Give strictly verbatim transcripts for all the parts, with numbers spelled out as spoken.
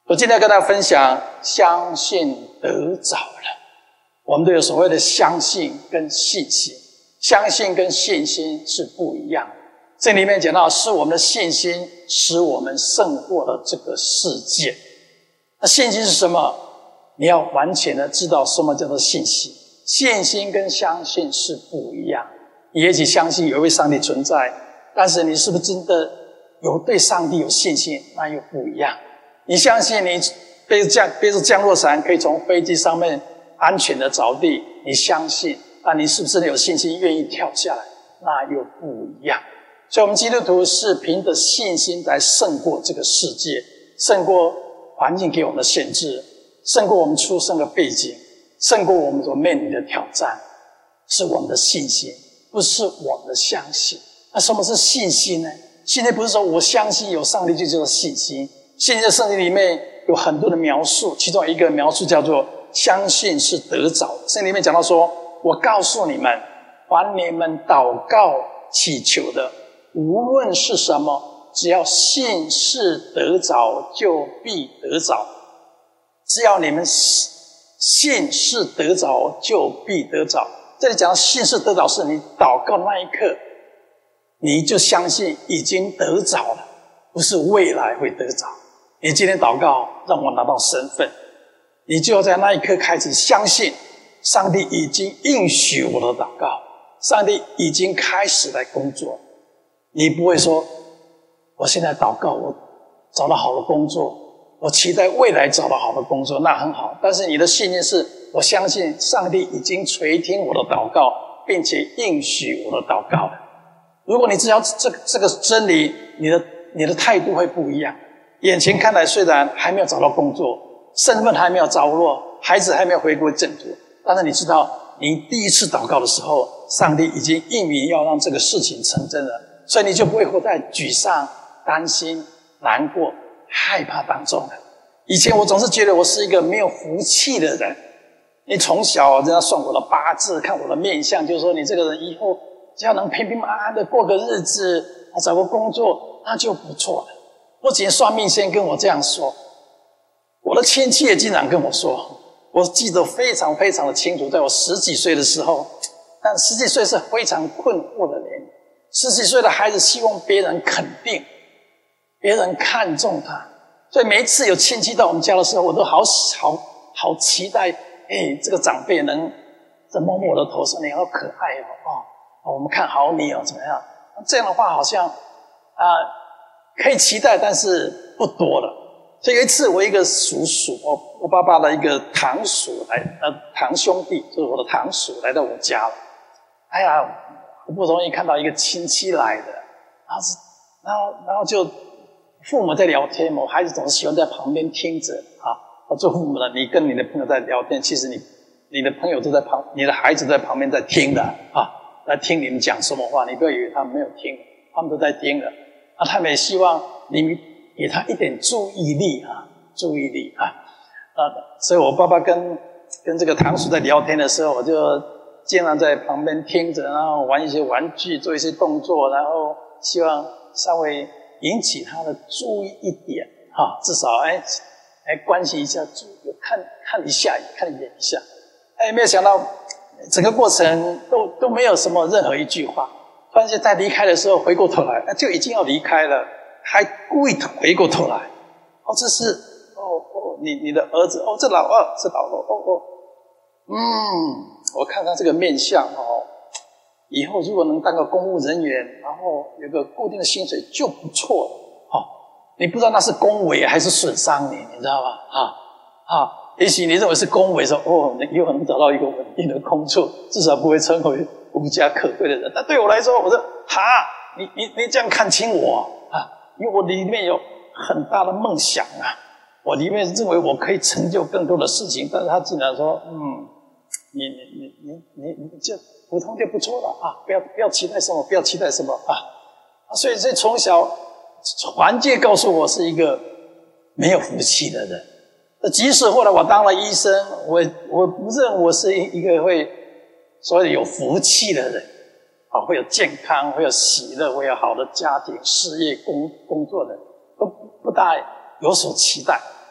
我今天跟大家分享，相信得着了。我们都有所谓的相信跟信心，相信跟信心是不一样的。这里面讲到，是我们的信心使我们胜过了这个世界。那信心是什么？你要完全的知道什么叫做信心。信心跟相信是不一样。你也许相信有一位上帝存在，但是你是不是真的有对上帝有信心？那又不一样。你相信你背着降背着降落伞可以从飞机上面安全的着地，你相信，但你是不是有信心愿意跳下来？那又不一样。所以我们基督徒是凭着信心来胜过这个世界，胜过环境给我们的限制，胜过我们出生的背景，胜过我们所面临的挑战，是我们的信心，不是我们的相信。那什么是信心呢？信心不是说我相信有上帝就叫做信心。信心在圣经里面有很多的描述，其中一个描述叫做相信是得着。圣经里面讲到说，我告诉你们，凡你们祷告祈求的，无论是什么，只要信是得着，就必得着。只要你们信是得着，就必得着。这里讲到信是得着，是你祷告那一刻，你就相信已经得着了，不是未来会得着。你今天祷告让我拿到身份，你就要在那一刻开始相信上帝已经应许我的祷告，上帝已经开始来工作。你不会说我现在祷告我找到好的工作，我期待未来找到好的工作，那很好，但是你的信念是我相信上帝已经垂听我的祷告，并且应许我的祷告了。如果你知道这个这个真理，你的你的态度会不一样。眼前看来虽然还没有找到工作，身份还没有着落，孩子还没有回归正途，但是你知道你第一次祷告的时候，上帝已经应允要让这个事情成真了，所以你就不会活在沮丧、担心、难过、害怕当中了。以前我总是觉得我是一个没有福气的人，你从小人家算我的八字，看我的面相，就是说你这个人以后只要能平平安安的过个日子，找个工作，那就不错了。不仅算命先跟我这样说，我的亲戚也经常跟我说，我记得非常非常的清楚，在我十几岁的时候，但十几岁是非常困惑的年龄，十几岁的孩子希望别人肯定，别人看重他，所以每一次有亲戚到我们家的时候，我都好好好期待，哎，这个长辈能在摸摸我的头说你好可爱哦，哦，我们看好你哦，怎么样？这样的话好像啊、呃、可以期待，但是不多了。所以有一次，我一个叔叔，我我爸爸的一个堂叔来，呃，堂兄弟，就是我的堂叔来到我家了。哎呀，好不容易看到一个亲戚来的，然后是，然后然后就父母在聊天，我孩子总是喜欢在旁边听着啊。我做父母的，你跟你的朋友在聊天，其实你你的朋友都在旁，你的孩子在旁边在听的啊，在听你们讲什么话，你不要以为他们没有听，他们都在听的。啊，他们也希望你们给他一点注意力啊，注意力啊，啊，所以我爸爸跟跟这个堂叔在聊天的时候，我就经常在旁边听着，然后玩一些玩具，做一些动作，然后希望稍微引起他的注意一点，哈、啊，至少哎哎关心一下，看看一下，看一眼一下，哎，没有想到整个过程都都没有什么任何一句话。突然间在离开的时候回过头来，就已经要离开了，还故意回过头来。哦，这是哦哦，你你的儿子哦，这老二是老二哦哦，嗯，我看他这个面相哦，以后如果能当个公务人员，然后有个固定的薪水就不错了。哦，你不知道那是恭维还是损伤你，你知道吧？啊啊，也许你认为是恭维，说哦，以后能找到一个稳定的工作，至少不会成为无家可归的人。但对我来说，我说哈，你你你这样看清我啊，因为我里面有很大的梦想啊，我里面认为我可以成就更多的事情。但是他竟然说，嗯，你你你你你你就普通就不错了啊，不要不要期待什么，不要期待什么啊。所以所以从小环境告诉我是一个没有福气的人。即使后来我当了医生，我我不认为我是一个会所谓的有福气的人啊，会有健康，会有喜乐，会有好的家庭、事业、工工作的，都不大有所期待。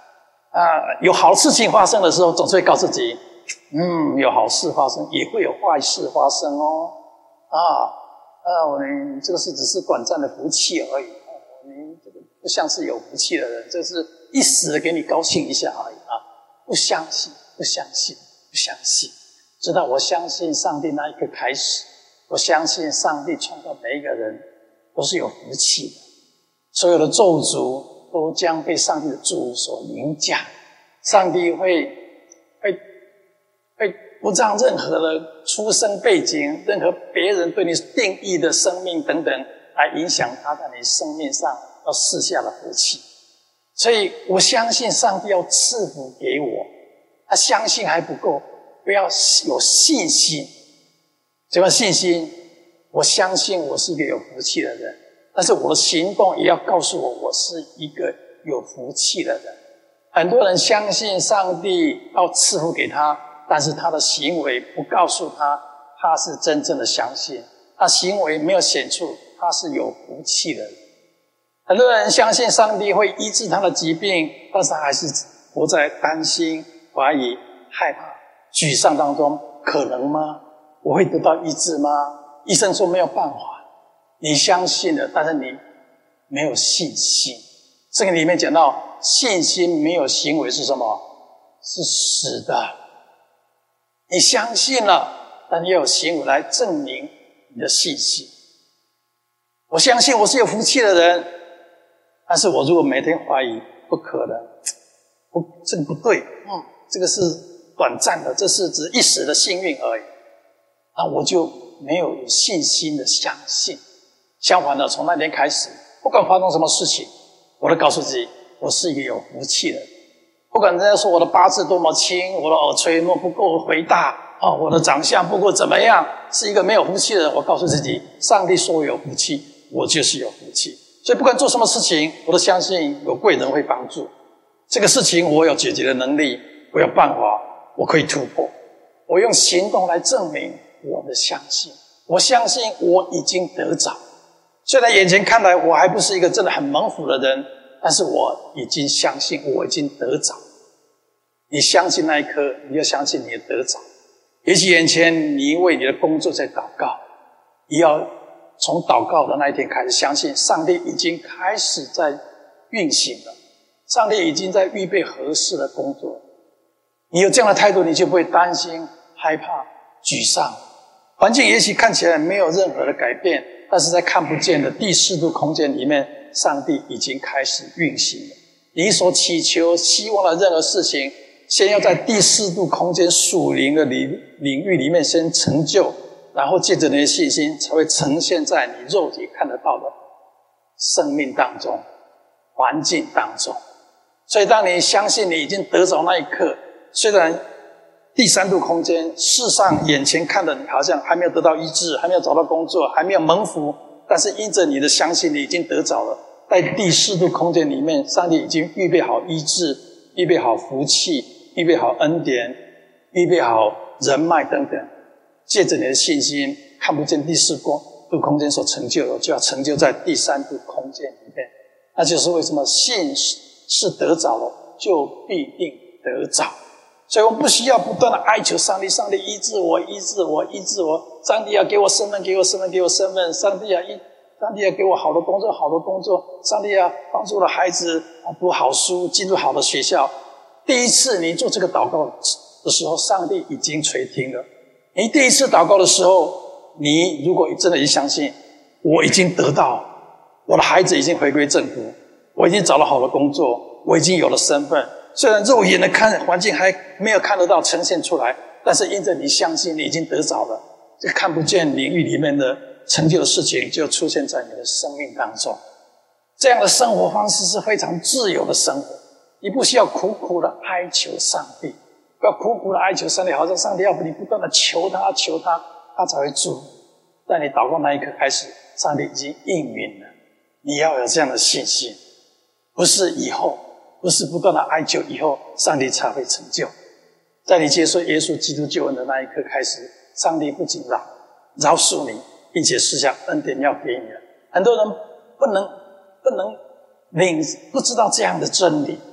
啊，有好事情发生的时候，总是会告诉自己，嗯，有好事发生，也会有坏事发生哦。啊啊，我们这个是只是短暂的福气而已，你这个不像是有福气的人，这是一时的给你高兴一下而已啊！不相信，不相信，不相信，直到我相信上帝那一刻开始，我相信上帝创造每一个人都是有福气的，所有的咒诅都将被上帝的祝福所凌驾，上帝会会会不让任何的出生背景、任何别人对你定义的生命等等来影响他在你生命上要赐下的福气。所以我相信上帝要赐福给我，他相信还不够，不要有信心。什么信心？我相信我是一个有福气的人，但是我的行动也要告诉我我是一个有福气的人。很多人相信上帝要赐福给他，但是他的行为不告诉他他是真正的相信，他行为没有显出他是有福气的人。很多人相信上帝会医治他的疾病，但是他还是活在担心、怀疑、害怕、沮丧当中。可能吗？我会得到医治吗？医生说没有办法。你相信了，但是你没有信心。这个里面讲到信心没有行为是什么？是死的。你相信了，但你要有行为来证明你的信心。我相信我是有福气的人，但是我如果每天怀疑，不可能，不，这个不对，嗯，这个是短暂的，这是指一时的幸运而已。那我就没有信心的相信。相反的，从那天开始，不管发生什么事情，我都告诉自己，我是一个有福气的人。不管人家说我的八字多么轻，我的耳垂莫不够肥大，哦，我的长相不够怎么样，是一个没有福气的人，我告诉自己，上帝说我有福气，我就是有福气。所以不管做什么事情，我都相信有贵人会帮助。这个事情我有解决的能力，我有办法，我可以突破。我用行动来证明我的相信。我相信我已经得着。虽然眼前看来我还不是一个真的很蒙福的人，但是我已经相信我已经得着。你相信那一刻，你要相信你的得着。也许眼前你为你的工作在祷告，你要从祷告的那一天开始相信上帝已经开始在运行了，上帝已经在预备合适的工作。你有这样的态度，你就不会担心、害怕、沮丧。环境也许看起来没有任何的改变，但是在看不见的第四度空间里面，上帝已经开始运行了。你所祈求、希望的任何事情，先要在第四度空间属灵的领领域里面先成就，然后借着你的信心，才会呈现在你肉体看得到的生命当中、环境当中。所以当你相信你已经得着那一刻，虽然第三度空间世上眼前看的你好像还没有得到医治，还没有找到工作，还没有蒙福，但是因着你的相信，你已经得着了。在第四度空间里面，上帝已经预备好医治，预备好福气，预备好恩典，预备好人脉等等。借着你的信心，看不见第四度空间所成就的，就要成就在第三度空间里面。那就是为什么信是得着了，就必定得着。所以我们不需要不断的哀求上帝，上帝医治我，医治我，医治我。上帝要给我身份，给我身份，给我身份。上帝要医，上帝要给我好的工作，好的工作。上帝要帮助我的孩子读好书，进入好的学校。第一次你做这个祷告的时候，上帝已经垂听了。你第一次祷告的时候，你如果真的已经相信，我已经得到，我的孩子已经回归正途，我已经找到好的工作，我已经有了身份。虽然肉眼的看环境还没有看得到呈现出来，但是因着你相信你已经得着了，这个看不见领域里面的成就的事情就出现在你的生命当中。这样的生活方式是非常自由的生活，你不需要苦苦的哀求上帝，不要苦苦的哀求上帝，好像上帝要你不断的求他求他，他才会助。在你祷告那一刻开始，上帝已经应允了。你要有这样的信心，不是以后，不是不断的哀求以后上帝才会成就。在你接受耶稣基督救恩的那一刻开始，上帝不仅饶饶恕你，并且赐下恩典要给你了。很多人不能不能领不知道这样的真理，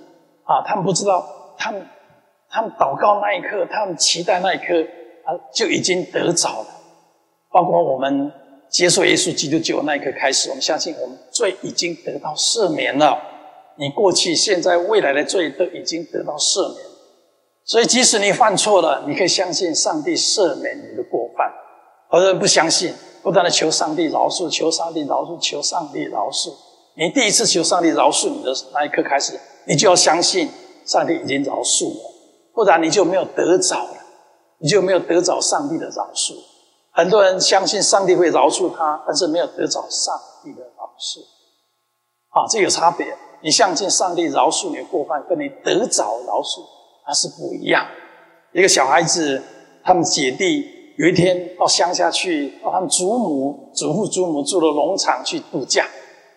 啊，他们不知道，他们他们祷告那一刻，他们期待那一刻啊，就已经得着了。包括我们接受耶稣基督救那一刻开始，我们相信我们罪已经得到赦免了。你过去、现在、未来的罪都已经得到赦免，所以即使你犯错了，你可以相信上帝赦免你的过犯。而人不相信，不断的求上帝饶恕，求上帝饶恕，求上帝饶恕。你第一次求上帝饶恕你的那一刻开始，你就要相信上帝已经饶恕了，不然你就没有得着了，你就没有得着上帝的饶恕。很多人相信上帝会饶恕他，但是没有得着上帝的饶恕。啊，这有差别。你相信上帝饶恕你的过犯，跟你得着饶恕那是不一样。一个小孩子，他们姐弟有一天到乡下去，到他们祖母、祖父、祖母住的农场去度假。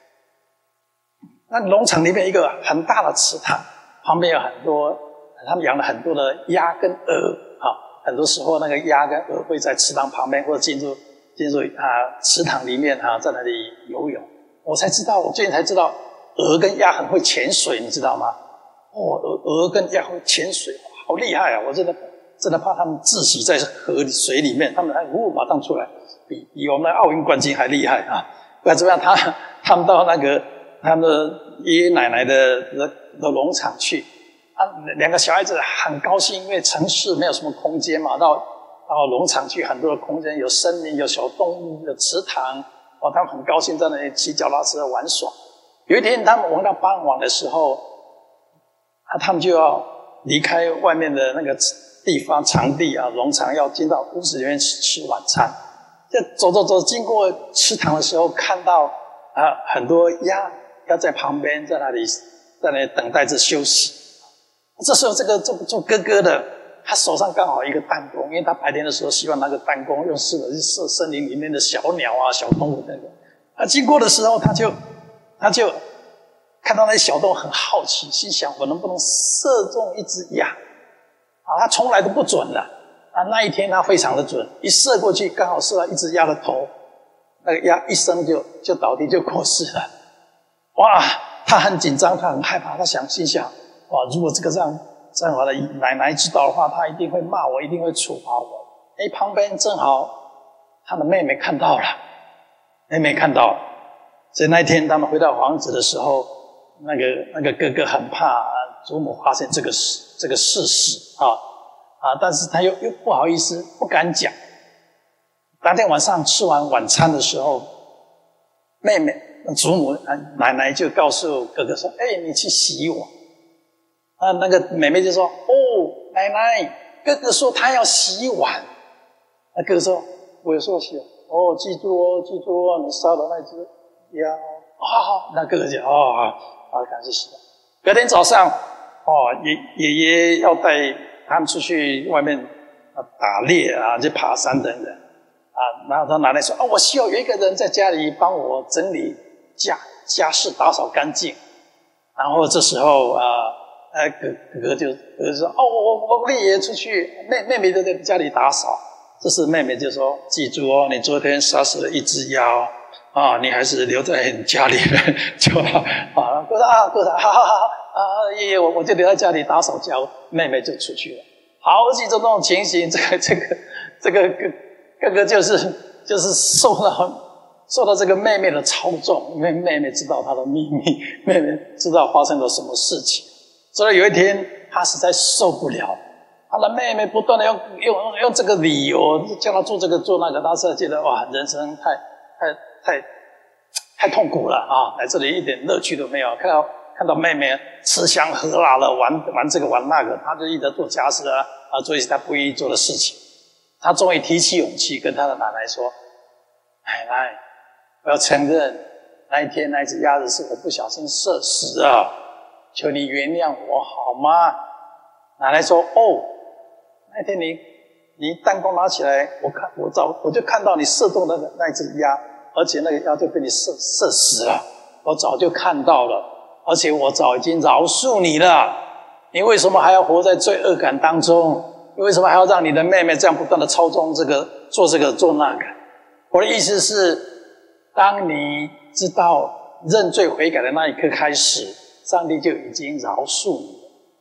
那农场里面一个很大的池塘，旁边有很多，他们养了很多的鸭跟鹅啊。很多时候那个鸭跟鹅会在池塘旁边或者进入进入啊池塘里面啊，在那里游泳。我才知道，我最近才知道，鹅跟鸭很会潜水，你知道吗？哦，鹅鹅跟鸭会潜水，好厉害啊！我真的真的怕他们窒息在河里水里面，他们还呜马上出来，比比我们的奥运冠军还厉害啊！不管怎么样，他他们到那个他们的爷爷奶奶的的的农场去。啊，两个小孩子很高兴，因为城市没有什么空间嘛，到到农场去，很多的空间，有森林，有小动物，有池塘，哦，他们很高兴在那里骑脚踏车玩耍。有一天，他们玩到傍晚的时候，啊，他们就要离开外面的那个地方场地啊，农场，要进到屋子里面吃吃晚餐。就走走走，经过池塘的时候，看到啊很多鸭鸭在旁边，在那里在那里等待着休息。这时候，这个做做哥哥的，他手上刚好一个弹弓，因为他白天的时候希望那个弹弓用射的去射森林里面的小鸟啊、小动物那个。他经过的时候，他就他就看到那些小动物很好奇，心想我能不能射中一只鸭？啊，他从来都不准的啊，那一天他非常的准，一射过去刚好射到一只鸭的头，那个鸭一声就就倒地就过世了。哇，他很紧张，他很害怕，他想心想。哇！如果这个让让我的奶奶知道的话，她一定会骂我，一定会处罚我。哎，旁边正好他的妹妹看到了，妹妹看到了，所以那一天他们回到房子的时候，那个那个哥哥很怕祖母发现这个事这个事实啊啊，但是他又又不好意思，不敢讲。当天晚上吃完晚餐的时候，妹妹祖母奶奶就告诉哥哥说：“哎，你去洗碗。”啊，那个妹妹就说：“哦，奶奶，哥哥说他要洗碗。”那哥哥说：“我有说洗。”哦，记住哦，记住哦，你杀了那只鸭。哦，那哥哥就哦好，好，赶紧洗。隔天早上，哦，爷爷爷要带他们出去外面啊打猎啊，去爬山等等啊。然后他奶奶说：“哦，我需要有一个人在家里帮我整理家家事，打扫干净。”然后这时候啊。呃，哥哥哥就哥哥说：“哦，我我我爷爷出去，妹妹妹就在家里打扫。”这时妹妹就说：“记住哦，你昨天杀死了一只鸭哦，啊，你还是留在你家里就好。”啊，哥说啊，哥说，好好好啊，爷爷我我就留在家里打扫家务，妹妹就出去了。好几种这种情形，这个这个这个哥哥哥就是就是受到受到这个妹妹的操纵，因为妹妹知道他的秘密，妹妹知道发生了什么事情。所以有一天，他实在受不了，他的妹妹不断的用用用这个理由叫他做这个做那个，他实在觉得哇，人生太太太太痛苦了啊！来这里一点乐趣都没有，看到看到妹妹吃香喝辣的玩玩这个玩那个，他就一直做家事啊啊，做一些他不愿意做的事情。他终于提起勇气跟他的奶奶说：“奶奶，我要承认那一天那只鸭子是我不小心射死啊。求你原谅我好吗？”奶奶说：“哦，那天你你弹弓拿起来，我看我早我就看到你射中那个那只鸭，而且那个鸭就被你射射死了，我早就看到了，而且我早已经饶恕你了。你为什么还要活在罪恶感当中？你为什么还要让你的妹妹这样不断的操纵这个做这个做那个？我的意思是，当你知道认罪悔改的那一刻开始，上帝就已经饶恕你了。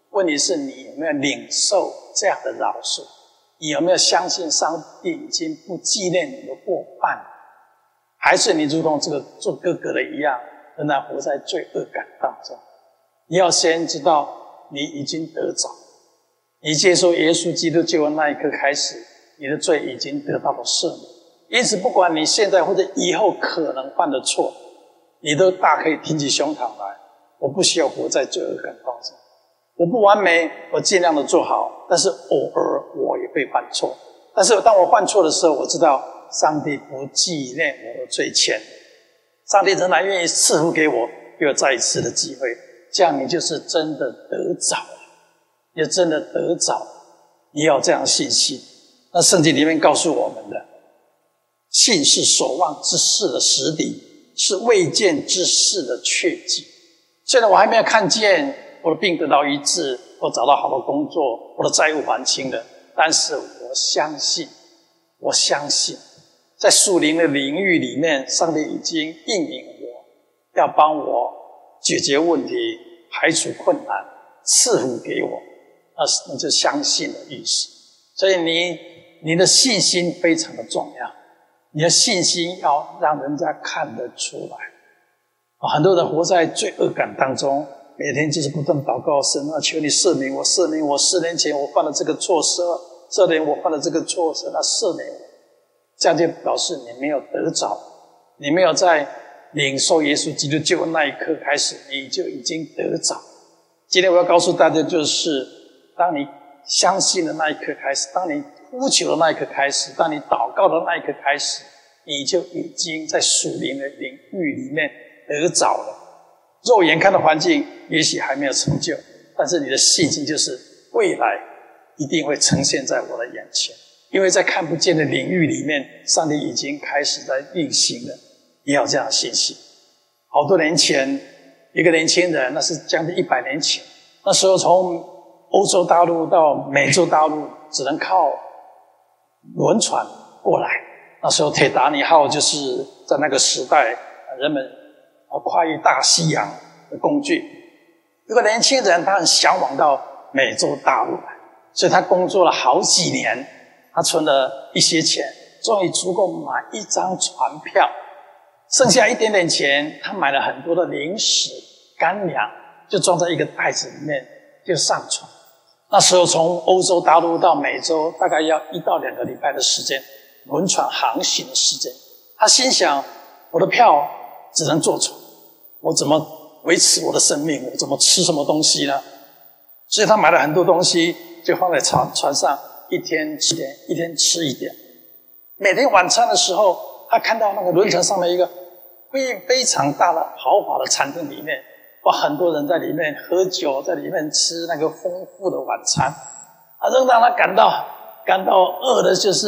问题是你有没有领受这样的饶恕？你有没有相信上帝已经不纪念你的过犯？还是你如同这个做哥哥的一样，仍然活在罪恶感当中？你要先知道你已经得着，你接受耶稣基督救恩那一刻开始，你的罪已经得到了赦免。因此不管你现在或者以后可能犯的错，你都大可以挺起胸膛来，我不需要活在罪恶感当中。我不完美，我尽量的做好，但是偶尔我也会犯错。但是当我犯错的时候，我知道上帝不纪念我的罪愆，上帝仍然愿意赐福给我，给我再一次的机会。这样你就是真的得着了，也真的得着了。你要这样信心。那圣经里面告诉我们的，信是所望之事的实底，是未见之事的确据。虽然我还没有看见我的病得到医治，我找到好的工作，我的债务还清了，但是我相信，我相信在属灵的领域里面，上帝已经应允我，要帮我解决问题，排除困难，赐福给我，那就相信的意思。所以你你的信心非常的重要，你的信心要让人家看得出来。很多人活在罪恶感当中，每天就是不断祷告，神啊，求你赦免我，赦免我，四年前我犯了这个错，赦免我犯了这个错，神啊，赦免我。这样就表示你没有得着，你没有在领受耶稣基督救恩那一刻开始，你就已经得着。今天我要告诉大家，就是当你相信的那一刻开始，当你呼求的那一刻开始，当你祷告的那一刻开始，你就已经在属灵的领域里面得着了。肉眼看的环境也许还没有成就，但是你的信心就是未来一定会呈现在我的眼前，因为在看不见的领域里面，上帝已经开始在运行了。你要这样信心。好多年前，一个年轻人，那是将近一百年前，那时候从欧洲大陆到美洲大陆只能靠轮船过来。那时候铁达尼号就是在那个时代人们跨越大西洋的工具。有个年轻人，他很向往到美洲大陆来，所以他工作了好几年，他存了一些钱，终于足够买一张船票。剩下一点点钱，他买了很多的零食、干粮，就装在一个袋子里面，就上船。那时候从欧洲大陆到美洲，大概要一到两个礼拜的时间，轮船航行的时间。他心想，我的票只能坐船，我怎么维持我的生命？我怎么吃什么东西呢？所以他买了很多东西，就放在船船上，一天吃一点，一天吃一点。每天晚餐的时候，他看到那个轮船上面一个非非常大的豪华的餐厅里面，哇，很多人在里面喝酒，在里面吃那个丰富的晚餐。啊，仍让他感到感到饿的就是，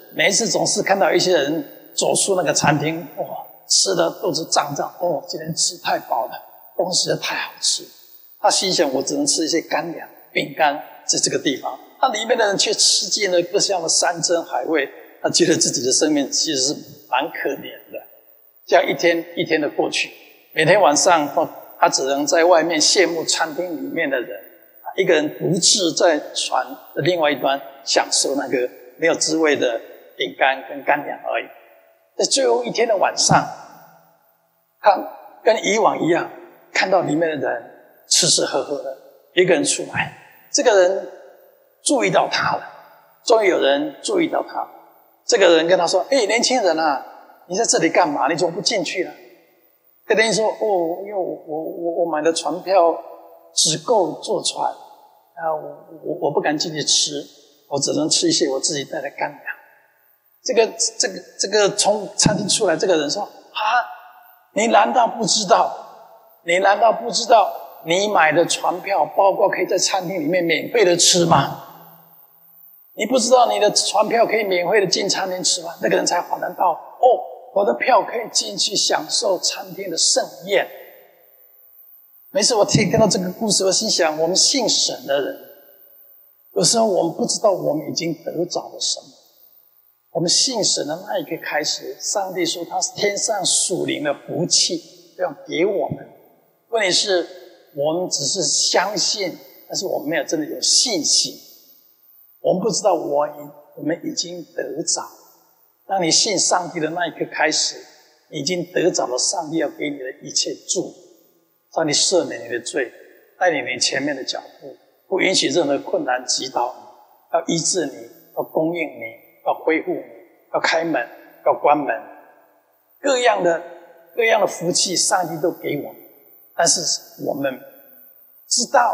每一次总是看到一些人走出那个餐厅，哇，吃的肚子胀胀，哦，今天吃太饱了，东西太好吃。他心想，我只能吃一些干粮、饼干，在这个地方。那里面的人却吃尽了各项的山珍海味，他觉得自己的生命其实是蛮可怜的。这样一天一天的过去，每天晚上他只能在外面羡慕餐厅里面的人，一个人独自在船的另外一端享受那个没有滋味的饼干跟干粮而已。在最后一天的晚上，他跟以往一样，看到里面的人吃吃喝喝的，一个人出来，这个人注意到他了，终于有人注意到他。这个人跟他说：“哎，年轻人啊，你在这里干嘛？你怎么不进去了？”跟人说：“哦，因为我我我我买的船票只够坐船啊，我我我不敢进去吃，我只能吃一些我自己带的干粮。”这个这个这个从餐厅出来这个人说：“啊，你难道不知道？你难道不知道你买的船票包括可以在餐厅里面免费的吃吗？你不知道你的船票可以免费的进餐厅吃吗？”那个人才恍然到，哦，我的票可以进去享受餐厅的盛宴。每次我听到这个故事，我心想，我们信神的人，有时候我们不知道我们已经得着了什么。我们信神的那一刻开始，上帝说他是天上属灵的福气要给我们。问题是我们只是相信， 但是我们没有真的有信心。我们不知道我我们已经得着。当你信上帝的那一刻开始，你已经得着了上帝要给你的一切祝福。上帝赦免你的罪，带领你前面的脚步，不允许任何困难击倒你，要医治你，要供应你，要恢复你，要开门，要关门，各样的各样的福气上帝都给我们。但是我们知道，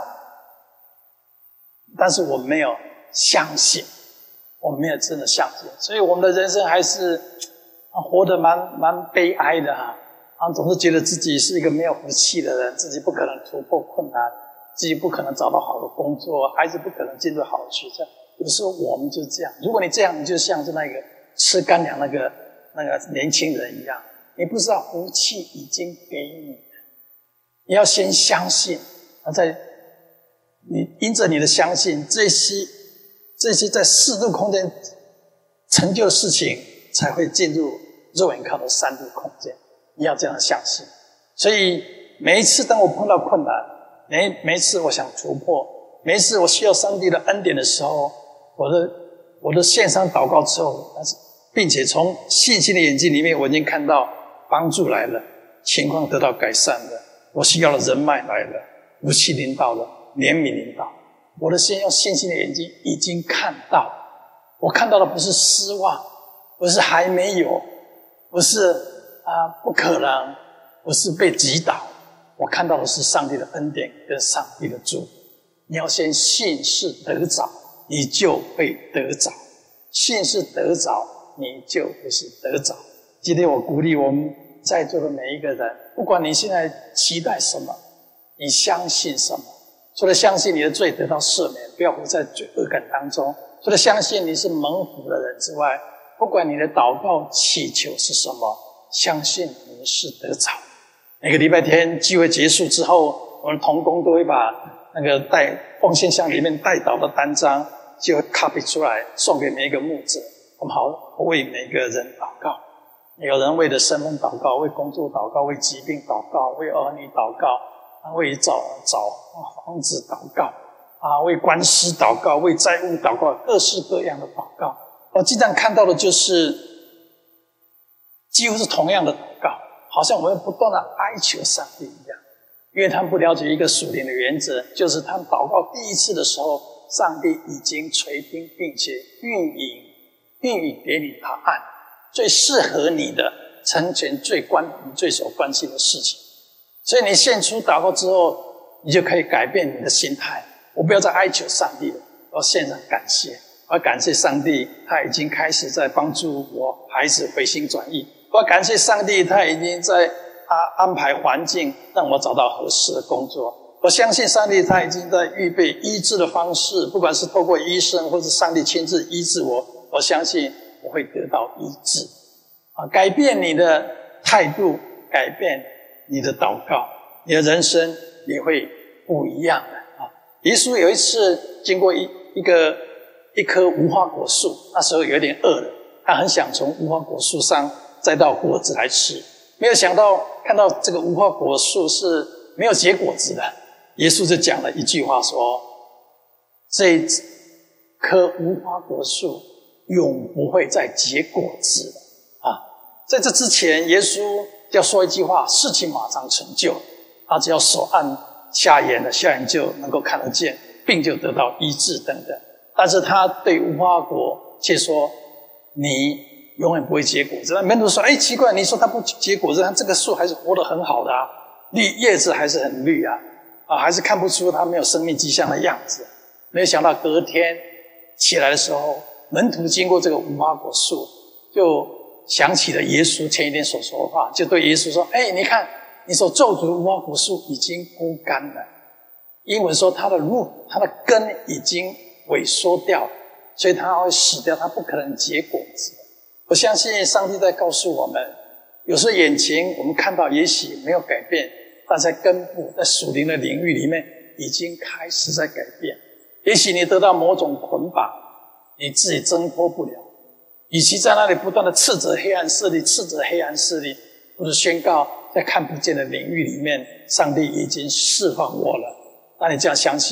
但是我们没有相信，我们没有真的相信，所以我们的人生还是活得蛮蛮悲哀的啊！啊，总是觉得自己是一个没有福气的人，自己不可能突破困难，自己不可能找到好的工作，孩子不可能进入好的学校。有时候我们就是这样。如果你这样，你就像是那个吃干粮那个那个年轻人一样，你不知道福气已经给你了，你要先相信，而在你因着你的相信，这些这些在四度空间成就的事情，才会进入肉眼看到三度空间。你要这样相信。所以每一次当我碰到困难，每每一次我想突破，每一次我需要上帝的恩典的时候，我的我的线上祷告之后，但是并且从信心的眼睛里面，我已经看到帮助来了，情况得到改善了，我需要的人脉来了，福气临到了，怜悯临到。我的心用信心的眼睛已经看到，我看到的不是失望，不是还没有，不是啊不可能，不是被击倒，我看到的是上帝的恩典跟上帝的祝福。你要先信是得着，你就会得着；信是得着，你就会是得着。今天我鼓励我们在座的每一个人，不管你现在期待什么，你相信什么，除了相信你的罪得到赦免，不要活在罪恶感当中，除了相信你是蒙福的人之外，不管你的祷告祈求是什么，相信你是得着。每个礼拜天聚会结束之后，我们同工都会把那个带奉献箱里面带祷的单张就 copy 出来送给每一个牧者，我们好为每个人祷告。有人为了身份祷告，为工作祷告，为疾病祷告，为儿女祷告，为找找房子祷告啊，为官司祷告，为债务祷告，各式各样的祷告。我经常看到的就是几乎是同样的祷告，好像我们不断的哀求上帝一样，因为他们不了解一个属灵的原则，就是他们祷告第一次的时候，上帝已经垂听并且运营运营给你答案，最适合你的，成全最关你最所关心的事情。所以你献出祷告之后，你就可以改变你的心态。我不要再哀求上帝了，我要献上感谢，我要感谢上帝，他已经开始在帮助我孩子回心转意。我要感谢上帝，他已经在啊安排环境让我找到合适的工作。我相信上帝，他已经在预备医治的方式，不管是透过医生或是上帝亲自医治我，我相信我会得到医治。啊，改变你的态度，改变你的祷告，你的人生也会不一样的啊！耶稣有一次经过一一个一棵无花果树，那时候有点饿了，他很想从无花果树上摘到果子来吃，没有想到看到这个无花果树是没有结果子的，耶稣就讲了一句话说：这棵无花果树永不会再结果子了啊！在这之前，耶稣要说一句话，事情马上成就，他只要手按下眼的，下眼就能够看得见，病就得到医治等等。但是他对无花果却说：你永远不会结果子。那门徒说：哎，奇怪，你说他不结果子，他这个树还是活得很好的啊，绿叶子还是很绿啊，啊，还是看不出他没有生命迹象的样子。没有想到隔天起来的时候，门徒经过这个无花果树，就想起了耶稣前一天所说的话，就对耶稣说：哎，你看你所咒诅的无花果树已经枯干了。英文说它的 root， 它的根已经萎缩掉了，所以它会死掉，它不可能结果子。我相信上帝在告诉我们，有时候眼前我们看到也许没有改变，但在根部在属灵的领域里面已经开始在改变。也许你得到某种捆绑，你自己挣脱不了，与其在那里不断的斥责黑暗势力，斥责黑暗势力，不如宣告在看不见的领域里面，上帝已经释放我了。当你这样相信，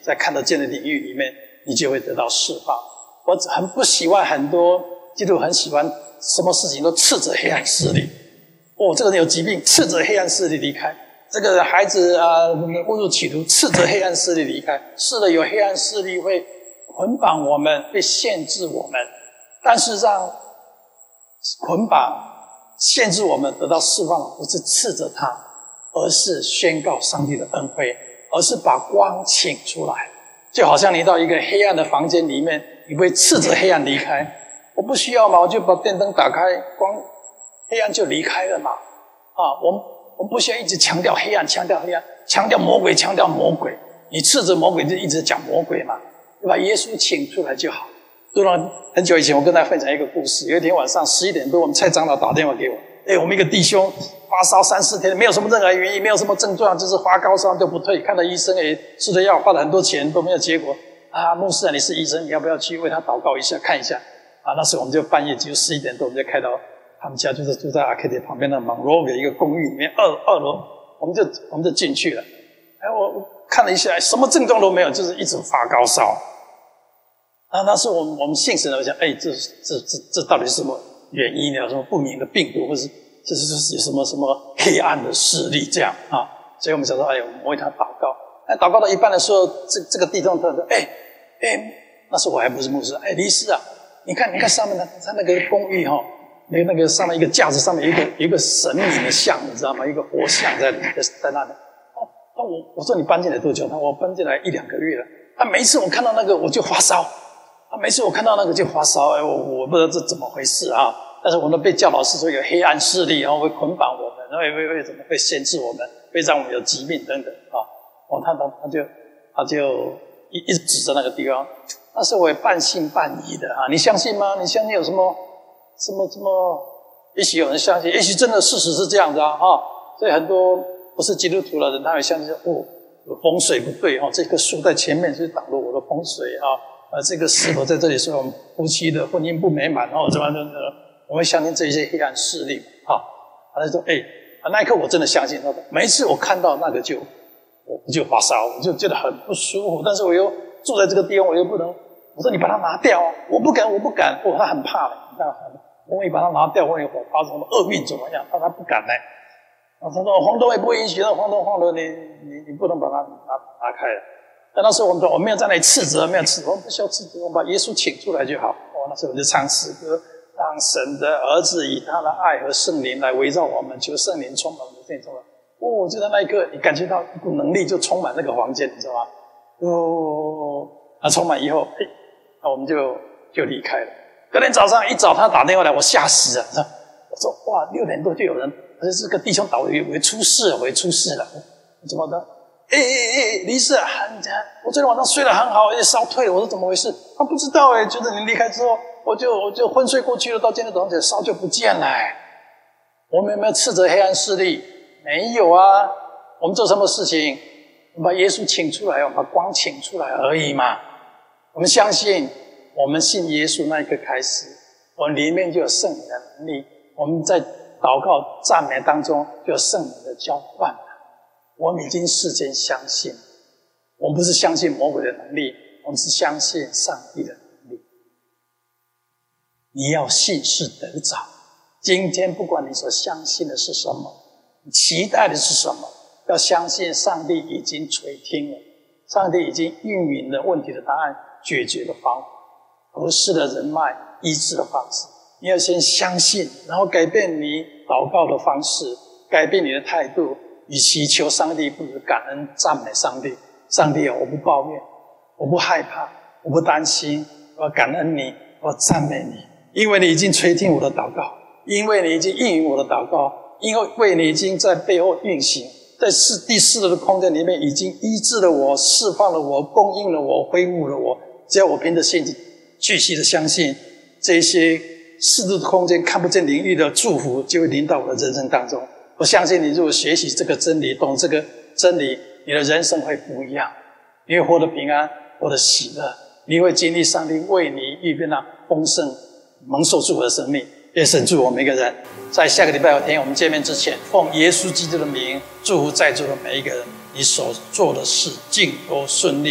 在看得见的领域里面，你就会得到释放。我很不喜欢很多基督徒很喜欢什么事情都斥责黑暗势力。哦，这个人有疾病，斥责黑暗势力离开；这个孩子啊误入歧途，斥责黑暗势力离开。是的，有黑暗势力会捆绑我们，会限制我们，但是让捆绑限制我们得到释放，不是斥责他，而是宣告上帝的恩惠，而是把光请出来。就好像你到一个黑暗的房间里面，你会斥责黑暗离开，我不需要嘛，我就把电灯打开，光黑暗就离开了嘛。啊，我们我们不需要一直强调黑暗，强调黑暗，强调魔鬼，强调魔鬼。你斥责魔鬼就一直讲魔鬼嘛，对吧？耶稣请出来就好。对了，很久以前我跟大家分享一个故事。有一天晚上十一点多，我们蔡长老打电话给我，哎，我们一个弟兄发烧三四天，没有什么任何原因，没有什么症状，就是发高烧就不退，看到医生也吃的药，花了很多钱都没有结果。啊，牧师啊，你是医生，你要不要去为他祷告一下，看一下？啊，那时候我们就半夜就十一点多，我们就开到他们家，就是住在阿克迪旁边的蒙罗的一个公寓里面，二二楼，我们就我们就进去了。哎，我我看了一下，什么症状都没有，就是一直发高烧。啊，那时候我们我们信神的，我想，哎，这这这这到底是什么原因呢？有什么不明的病毒，或是这是是有什么什么黑暗的势力这样啊？所以我们想说，哎，我们为他祷告。哎，祷告到一半的时候，这这个弟兄他说，哎哎，那时候我还不是牧师，哎，黎师啊，你看你看上面的他那个公寓哈、哦，那个那个上面一个架子上面有一个有一个神明的像，你知道吗？一个活像在在在那里。哦，那我我说你搬进来多久？他说我搬进来一两个月了。啊，每一次我看到那个我就发烧。啊，每次我看到那个就发烧，哎，我我不知道这怎么回事啊！但是我们被教导师说有黑暗势力，然后会捆绑我们，然后会会怎么会限制我们，会让我们有疾病等等啊！哦，他他他就他就一一直指着那个地方，那时候我也半信半疑的啊！你相信吗？你相信有什么什么什么？也许有人相信，也许真的事实是这样子啊！啊，所以很多不是基督徒的人，他会相信哦，风水不对哦，这棵树在前面是挡了我的风水啊。呃，这个石头在这里说我们夫妻的婚姻不美满，然后怎么怎么，我会相信这些黑暗势力啊。他就说，哎，那一刻我真的相信他的。每一次我看到那个就，我就发烧，我就觉得很不舒服。但是我又住在这个地方，我又不能，我说你把它拿掉，我不敢，我不敢。哦，他很怕的，你看，万一把它拿掉，万一我发生什么厄运怎么样？他他不敢呢。啊，他说黄东也不允许，那黄东黄东你你你不能把它拿拿开了。但那时候我们说，我没有在那里斥责，没有斥责，我们不需要斥责，我们把耶稣请出来就好。哦，那时候我就唱诗歌，让神的儿子以他的爱和圣灵来围绕我们，求圣灵充满我们的圣灵充满。哦，就在那一刻，你感觉到一股能力就充满那个房间，你知道吗？哦，那充满以后，嘿，那我们就就离开了。隔天早上一早，他打电话来，我吓死了。我说哇，六点多就有人，而且这个弟兄导以为出事了，我也出事了，怎么的？哎哎哎，黎师啊，我昨天晚上睡得很好，也烧退了。我说怎么回事？他不知道哎，就是你离开之后，我就我就昏睡过去了。到今天早上起来，烧就不见了。我们有没有斥责黑暗势力？没有啊。我们做什么事情？我们把耶稣请出来，我们把光请出来而已嘛。我们相信，我们信耶稣那一刻开始，我们里面就有圣灵的能力。我们在祷告赞美当中就有圣灵的交换。我们已经事先相信，我们不是相信魔鬼的能力，我们是相信上帝的能力。你要信是得着。今天不管你所相信的是什么，你期待的是什么，要相信上帝已经垂听了，上帝已经应允了问题的答案，解决的方法，合适的人脉，医治的方式。你要先相信，然后改变你祷告的方式，改变你的态度。与其求上帝，不如感恩赞美上帝。上帝啊，我不抱怨，我不害怕，我不担心，我感恩你，我赞美你，因为你已经垂听我的祷告，因为你已经应允我的祷告，因为你已经在背后运行，在四第四的空间里面已经医治了我，释放了我，供应了我，恢复了我。只要我凭着信心继续的相信，这些四度的空间看不见领域的祝福就会临到我的人生当中。我相信你如果学习这个真理，懂这个真理，你的人生会不一样，你会活得平安，活得喜乐，你会经历上帝为你预备那丰盛蒙受祝福的生命。愿神祝福我们每个人，在下个礼拜天我们见面之前，奉耶稣基督的名祝福在座的每一个人，你所做的事尽都顺利，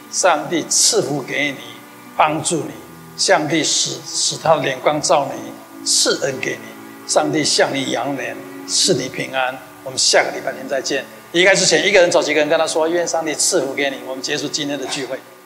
上帝赐福给你，帮助你，上帝使使他的脸光照你，赐恩给你，上帝向你扬脸，赐你平安。我们下个礼拜天再见。离开之前，一个人走几个人跟他说：愿上帝赐福给你。我们结束今天的聚会。